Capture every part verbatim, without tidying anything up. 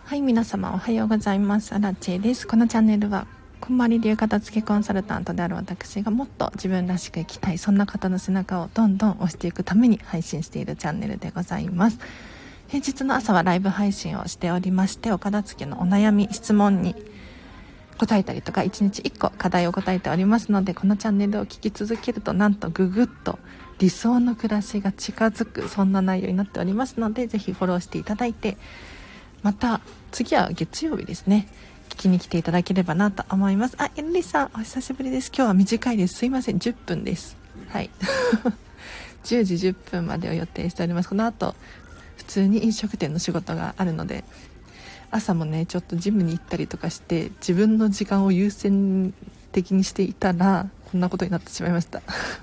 はい、皆様おはようございます。アラチェです。このチャンネルはこんまり流片付けコンサルタントである私がもっと自分らしく生きたい、そんな方の背中をどんどん押していくために配信しているチャンネルでございます。平日の朝はライブ配信をしておりまして、お片付けのお悩み質問に答えたりとか、いちにちいっこ課題を答えておりますので、このチャンネルを聞き続けるとなんとぐぐっと理想の暮らしが近づく、そんな内容になっておりますので、ぜひフォローしていただいて、また次は月曜日ですね、聞きに来ていただければなと思います。あ、エルリさんお久しぶりです。今日は短いです。すいません、じゅっぷんです。はいじゅうじじゅっぷんまでを予定しております。この後普通に飲食店の仕事があるので、朝もねちょっとジムに行ったりとかして自分の時間を優先的にしていたらこんなことになってしまいました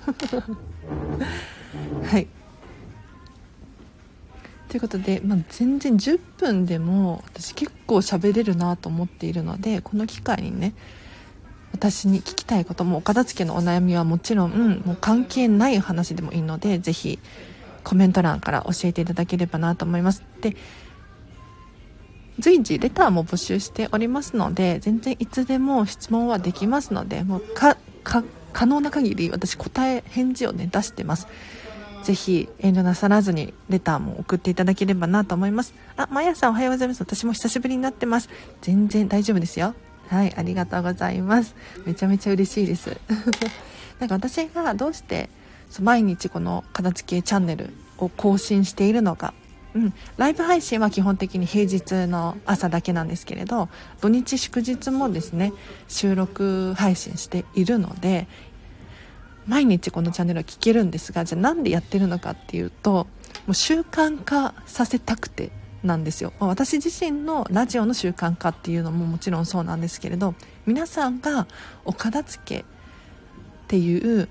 はいということで、まあ、全然じゅっぷんでも私結構喋れるなと思っているので、この機会にね、私に聞きたいこともお片付けのお悩みはもちろん、もう関係ない話でもいいので、ぜひコメント欄から教えていただければなと思います。で、随時レターも募集しておりますので、全然いつでも質問はできますので、もうかか可能な限り私答え返事をね出してます。ぜひ遠慮なさらずにレターも送っていただければなと思います。あ、まやさんおはようございます。私も久しぶりになってます。全然大丈夫ですよ。はい、ありがとうございます。めちゃめちゃ嬉しいですなんか私がどうして毎日この片付けチャンネルを更新しているのか、うん、ライブ配信は基本的に平日の朝だけなんですけれど、土日祝日もですね収録配信しているので、毎日このチャンネルは聞けるんですが、じゃあなんでやってるのかっていうと、もう習慣化させたくてなんですよ。私自身のラジオの習慣化っていうのももちろんそうなんですけれど、皆さんがお片付けっていう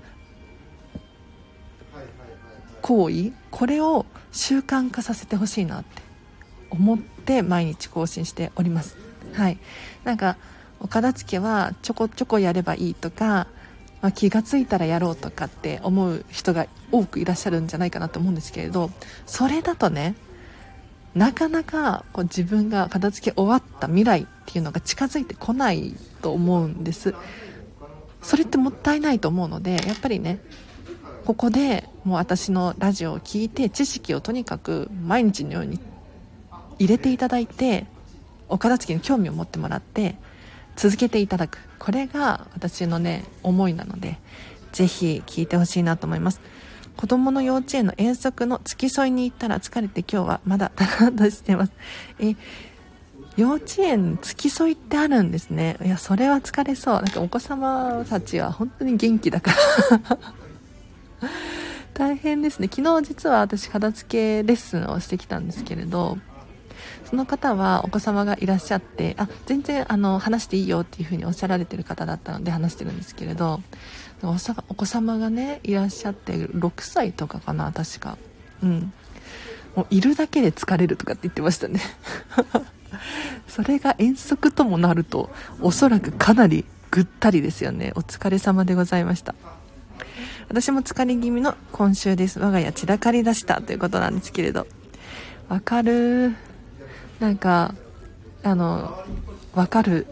行為、これを習慣化させてほしいなって思って毎日更新しております。はい、なんかお片付けはちょこちょこやればいいとか、まあ、気がついたらやろうとかって思う人が多くいらっしゃるんじゃないかなと思うんですけれど、それだとね、なかなかこう自分が片付け終わった未来っていうのが近づいてこないと思うんです。それってもったいないと思うので、やっぱりね、ここでもう私のラジオを聞いて知識をとにかく毎日のように入れていただいて、お片付けに興味を持ってもらって続けていただく、これが私のね思いなので、ぜひ聞いてほしいなと思います。子供の幼稚園の遠足の付き添いに行ったら疲れて今日はまだダラダラしてます。え幼稚園付き添いってあるんですね。いや、それは疲れそう。なんかお子様たちは本当に元気だから大変ですね。昨日実は私片付けレッスンをしてきたんですけれど、その方はお子様がいらっしゃって、あ、全然あの話していいよっていう風におっしゃられてる方だったので話してるんですけれど、おさお子様がねいらっしゃってろくさいとかかな、確か。うん、もういるだけで疲れるとかって言ってましたねそれが遠足ともなるとおそらくかなりぐったりですよね。お疲れ様でございました。私も疲れ気味の今週です。我が家散らかり出したということなんですけれど、わかる、なんかあのわかる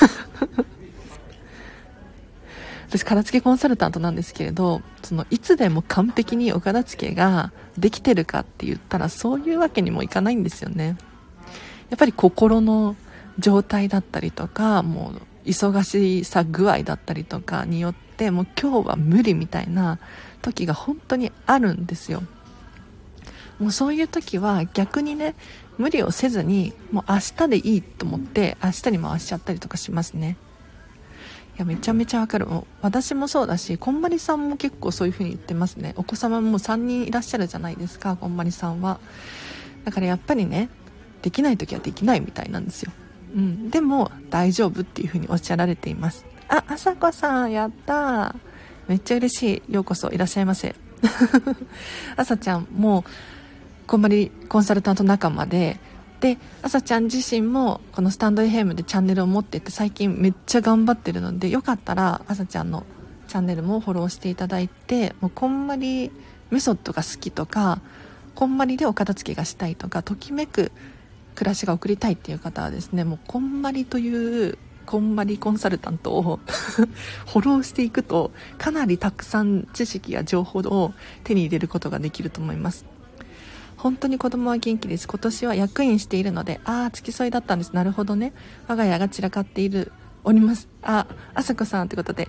私片付けコンサルタントなんですけれど、そのいつでも完璧にお片付けができてるかって言ったらそういうわけにもいかないんですよね。やっぱり心の状態だったりとか、もう忙しさ具合だったりとかによって、もう今日は無理みたいな時が本当にあるんですよ。もうそういう時は逆にね、無理をせずにもう明日でいいと思って明日に回しちゃったりとかしますね。いや、めちゃめちゃわかる。もう私もそうだし、こんまりさんも結構そういう風に言ってますね。お子様もさんにんいらっしゃるじゃないですか、こんまりさんは。だからやっぱりね、できない時はできないみたいなんですよ。うん、でも大丈夫っていう風におっしゃられています。あ、あさこさんやったー、めっちゃ嬉しい。ようこそいらっしゃいませあさちゃんもこんまりコンサルタント仲間で、であさちゃん自身もこのスタンド エフエム でチャンネルを持ってって最近めっちゃ頑張ってるので、よかったらあさちゃんのチャンネルもフォローしていただいて、もうこんまりメソッドが好きとか、こんまりでお片付けがしたいとか、ときめく暮らしが送りたいっていう方はですね、もうこんまりというこんまりコンサルタントをフォローしていくと、かなりたくさん知識や情報を手に入れることができると思います。本当に子供は元気です。今年は役員しているので、ああ付き添いだったんです。なるほどね。我が家が散らかっているおります。あ、あさこさんってことで、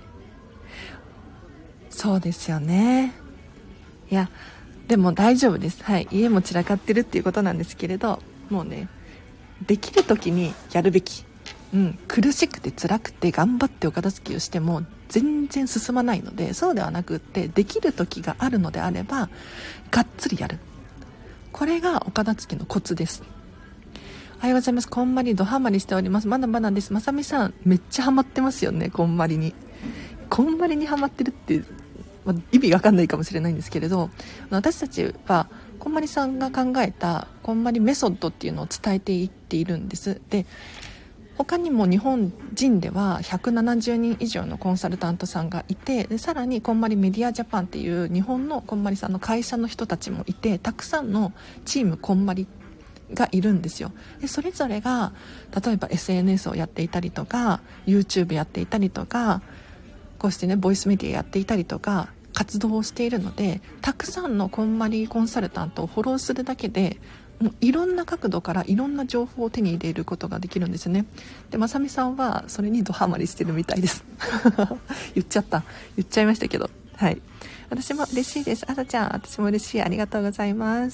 そうですよね。いやでも大丈夫です。はい、家も散らかってるっていうことなんですけれど、もうね、できる時にやるべき。うん、苦しくて辛くて頑張ってお片付けをしても全然進まないので、そうではなくって、できる時があるのであればがっつりやる。これがお片付けのコツです。おはようございます。こんまりドハマりしております。まだまだです。まさみさんめっちゃハマってますよね。こんまりにこんまりにハマってるって、まあ、意味わかんないかもしれないんですけれど、私たちはこんまりさんが考えたこんまりメソッドっていうのを伝えていっているんです。で、他にも日本人ではひゃくななじゅうにん以上のコンサルタントさんがいて、でさらにこんまりメディアジャパンっていう日本のこんまりさんの会社の人たちもいて、たくさんのチームこんまりがいるんですよ。でそれぞれが例えば エスエヌエス をやっていたりとか YouTube やっていたりとか、こうしてねボイスメディアやっていたりとか活動をしているので、たくさんのこんまりコンサルタントをフォローするだけでもういろんな角度からいろんな情報を手に入れることができるんですね。でまさみさんはそれにドハマりしてるみたいです言っちゃった言っちゃいましたけど、はい、私も嬉しいです。あさちゃん、私も嬉しい。ありがとうございます。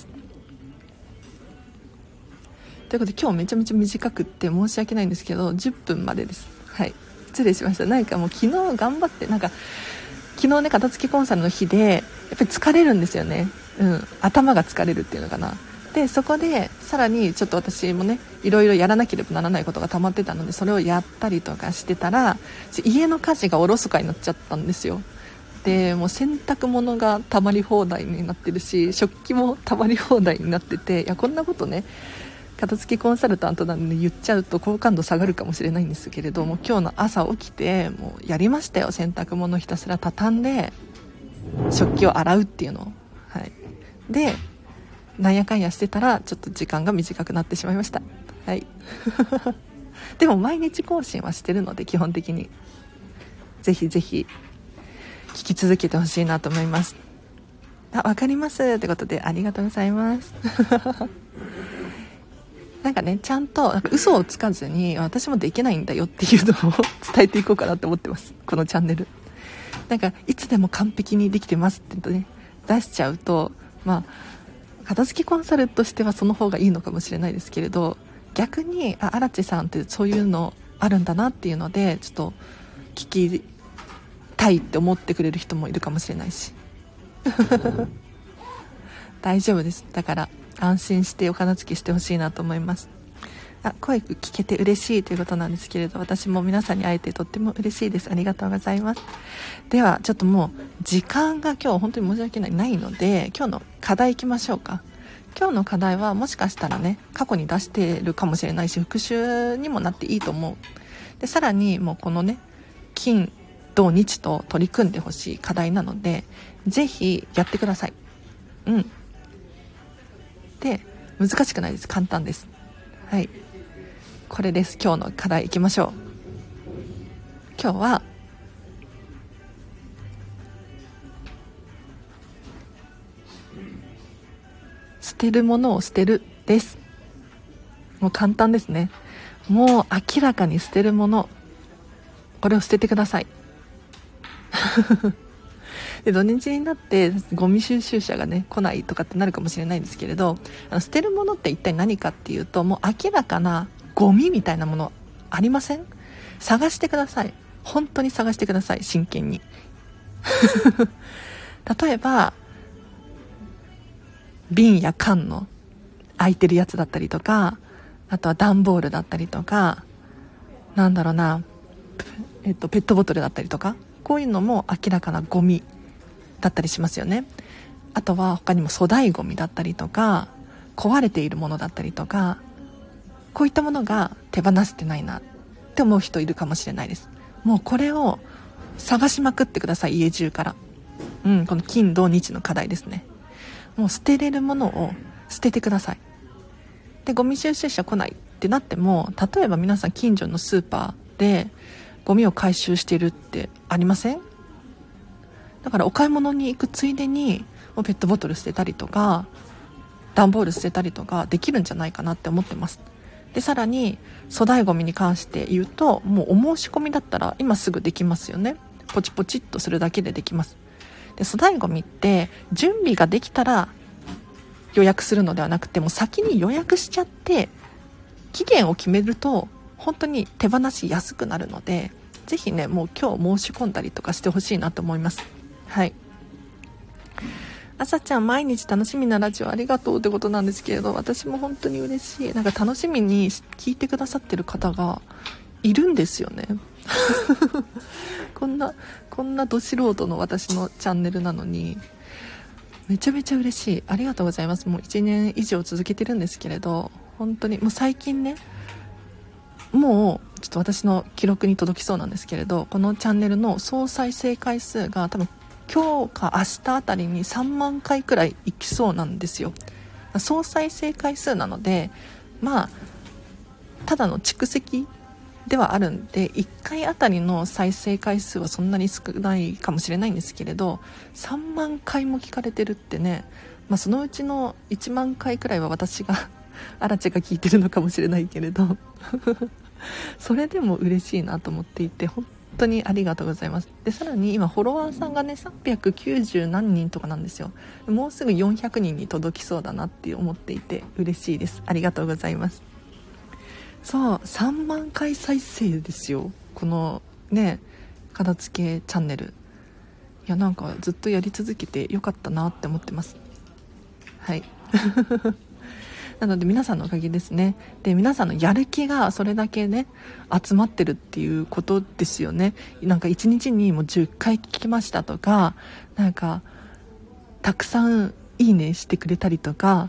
ということで今日めちゃめちゃ短くって申し訳ないんですけどじゅっぷんまでです。はい、失礼しました。なんかもう昨日頑張ってなんか昨日ね片付けコンサルの日でやっぱり疲れるんですよね。うん、頭が疲れるっていうのかな。でそこでさらにちょっと私もねいろいろやらなければならないことが溜まってたので、それをやったりとかしてたら家の家事がおろそかになっちゃったんですよ。でもう洗濯物が溜まり放題になってるし、食器も溜まり放題になってて、いやこんなことね片付けコンサルタントなんで言っちゃうと好感度下がるかもしれないんですけれども、今日の朝起きてもうやりましたよ。洗濯物ひたすら畳んで食器を洗うっていうのを、はい、でなんやかんやしてたらちょっと時間が短くなってしまいました。はいでも毎日更新はしてるので基本的にぜひぜひ聞き続けてほしいなと思います。あ、わかりますってことでありがとうございますなんかねちゃんとなんか嘘をつかずに私もできないんだよっていうのを伝えていこうかなと思ってます。このチャンネルなんかいつでも完璧にできてますってね出しちゃうと、まあ片付きコンサルとしてはその方がいいのかもしれないですけれど、逆にあ荒地さんってそういうのあるんだなっていうのでちょっと聞きたいって思ってくれる人もいるかもしれないし大丈夫です。だから安心してお片付けしてほしいなと思います。あ、声聞けて嬉しいということなんですけれど、私も皆さんに会えてとっても嬉しいです。ありがとうございます。ではちょっともう時間が今日本当に申し訳ないないので、今日の課題いきましょうか。今日の課題はもしかしたらね過去に出してるかもしれないし復習にもなっていいと思う。でさらにもうこのね金土日と取り組んでほしい課題なのでぜひやってください。うんで難しくないです。簡単です。はい、これです。今日の課題いきましょう。今日は捨てるものを捨てるです。もう簡単ですね。もう明らかに捨てるもの、これを捨ててくださいで土日になってゴミ収集車がね来ないとかってなるかもしれないんですけれど、あの捨てるものって一体何かっていうと、もう明らかなゴミみたいなものありません？探してください。本当に探してください。真剣に例えば瓶や缶の空いてるやつだったりとか、あとは段ボールだったりとか、なんだろうな、えっと、ペットボトルだったりとか、こういうのも明らかなゴミだったりしますよね。あとは他にも粗大ゴミだったりとか壊れているものだったりとか、こういったものが手放せてないなって思う人いるかもしれないです。もうこれを探しまくってください。家中から、うん、この金土日の課題ですね。もう捨てれるものを捨ててください。 でゴミ収集車来ないってなっても、例えば皆さん近所のスーパーでゴミを回収しているってありません？だからお買い物に行くついでにペットボトル捨てたりとか段ボール捨てたりとかできるんじゃないかなって思ってます。でさらに粗大ゴミに関して言うと、もうお申し込みだったら今すぐできますよね。ポチポチっとするだけでできます。で粗大ゴミって準備ができたら予約するのではなくて、もう先に予約しちゃって期限を決めると本当に手放しやすくなるので、ぜひねもう今日申し込んだりとかしてほしいなと思います。はい。あさちゃん毎日楽しみなラジオありがとうってことなんですけれど、私も本当に嬉しい。なんか楽しみに聞いてくださってる方がいるんですよねこんなこんなど素人の私のチャンネルなのにめちゃめちゃ嬉しい。ありがとうございます。もういちねん以上続けてるんですけれど、本当にもう最近ね、もうちょっと私の記録に届きそうなんですけれど、このチャンネルの総再生回数が多分今日か明日あたりにさんまんかいくらいいきそうなんですよ。総再生回数なので、まあただの蓄積ではあるんで、いっかいあたりの再生回数はそんなに少ないかもしれないんですけれど、さんまんかいも聞かれてるってね、まあ、そのうちのいちまんかいくらいは私がアラチェが聞いてるのかもしれないけれどそれでも嬉しいなと思っていて、本当にありがとうございます。でさらに今フォロワーさんがねさんびゃくきゅうじゅう何人とかなんですよ。もうすぐよんひゃくにんに届きそうだなって思っていて嬉しいです。ありがとうございます。そうさんまんかい再生ですよ、このね片付けチャンネル。いやなんかずっとやり続けてよかったなって思ってます。はいなので皆さんのおかげですね。で皆さんのやる気がそれだけね集まってるっていうことですよね。なんかいちにちにもうじゅっかい聞きましたとか、なんかたくさんいいねしてくれたりとか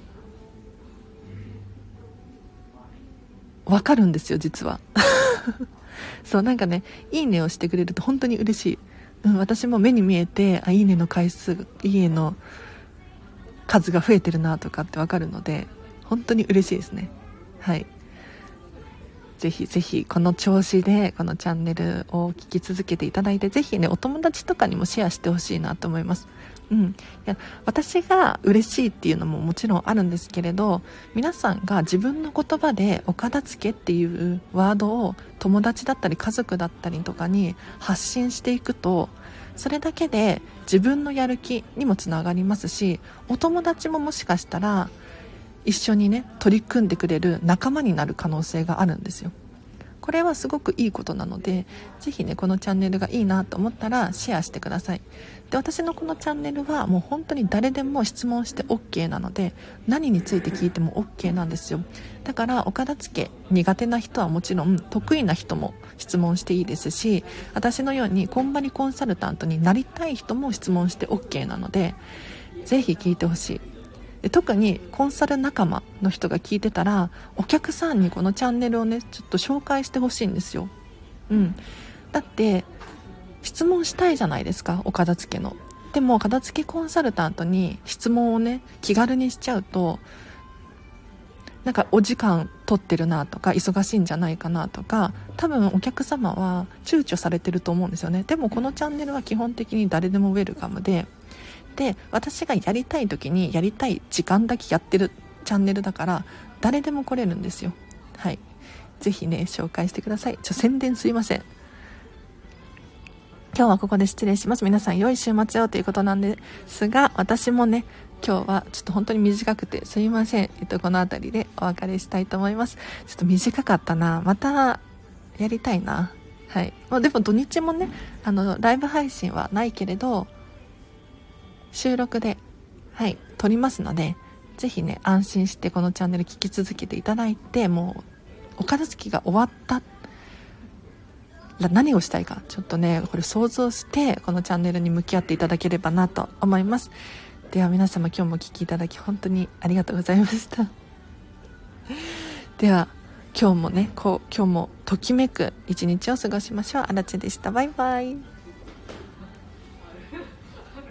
わかるんですよ実はそうなんかねいいねをしてくれると本当に嬉しい、うん、私も目に見えて、あいいねの回数いいねの数が増えてるなとかってわかるので本当に嬉しいですね。はい。ぜひぜひこの調子でこのチャンネルを聞き続けていただいて、ぜひねお友達とかにもシェアしてほしいなと思います。うん、いや私が嬉しいっていうのももちろんあるんですけれど、皆さんが自分の言葉でお片付けっていうワードを友達だったり家族だったりとかに発信していくと、それだけで自分のやる気にもつながりますし、お友達ももしかしたら一緒にね取り組んでくれる仲間になる可能性があるんですよ。これはすごくいいことなので、ぜひねこのチャンネルがいいなと思ったらシェアしてください。で私のこのチャンネルはもう本当に誰でも質問して OK なので、何について聞いても OK なんですよ。だからお片付け苦手な人はもちろん得意な人も質問していいですし、私のようにこんばりコンサルタントになりたい人も質問して OK なので、ぜひ聞いてほしい。で特にコンサル仲間の人が聞いてたら、お客さんにこのチャンネルをねちょっと紹介してほしいんですよ。うん、だって質問したいじゃないですか、お片付けの。でも片付けコンサルタントに質問をね気軽にしちゃうと、なんかお時間取ってるなとか忙しいんじゃないかなとか、多分お客様は躊躇されてると思うんですよね。でもこのチャンネルは基本的に誰でもウェルカムで、で私がやりたい時にやりたい時間だけやってるチャンネルだから誰でも来れるんですよ。はい、ぜひね紹介してください。ちょ宣伝すいません。今日はここで失礼します。皆さん良い週末をということなんですが、私もね今日はちょっと本当に短くてすいません。えっとこの辺りでお別れしたいと思います。ちょっと短かったな、またやりたいな。はい、まあ、でも土日もねあのライブ配信はないけれど収録で、はい、撮りますので、ぜひね安心してこのチャンネル聞き続けていただいて、もうお片付けが終わったら何をしたいかちょっとねこれ想像してこのチャンネルに向き合っていただければなと思います。では皆様今日もお聞きいただき本当にありがとうございましたでは今日もねこう今日もときめく一日を過ごしましょう。あらちでした。バイバイ。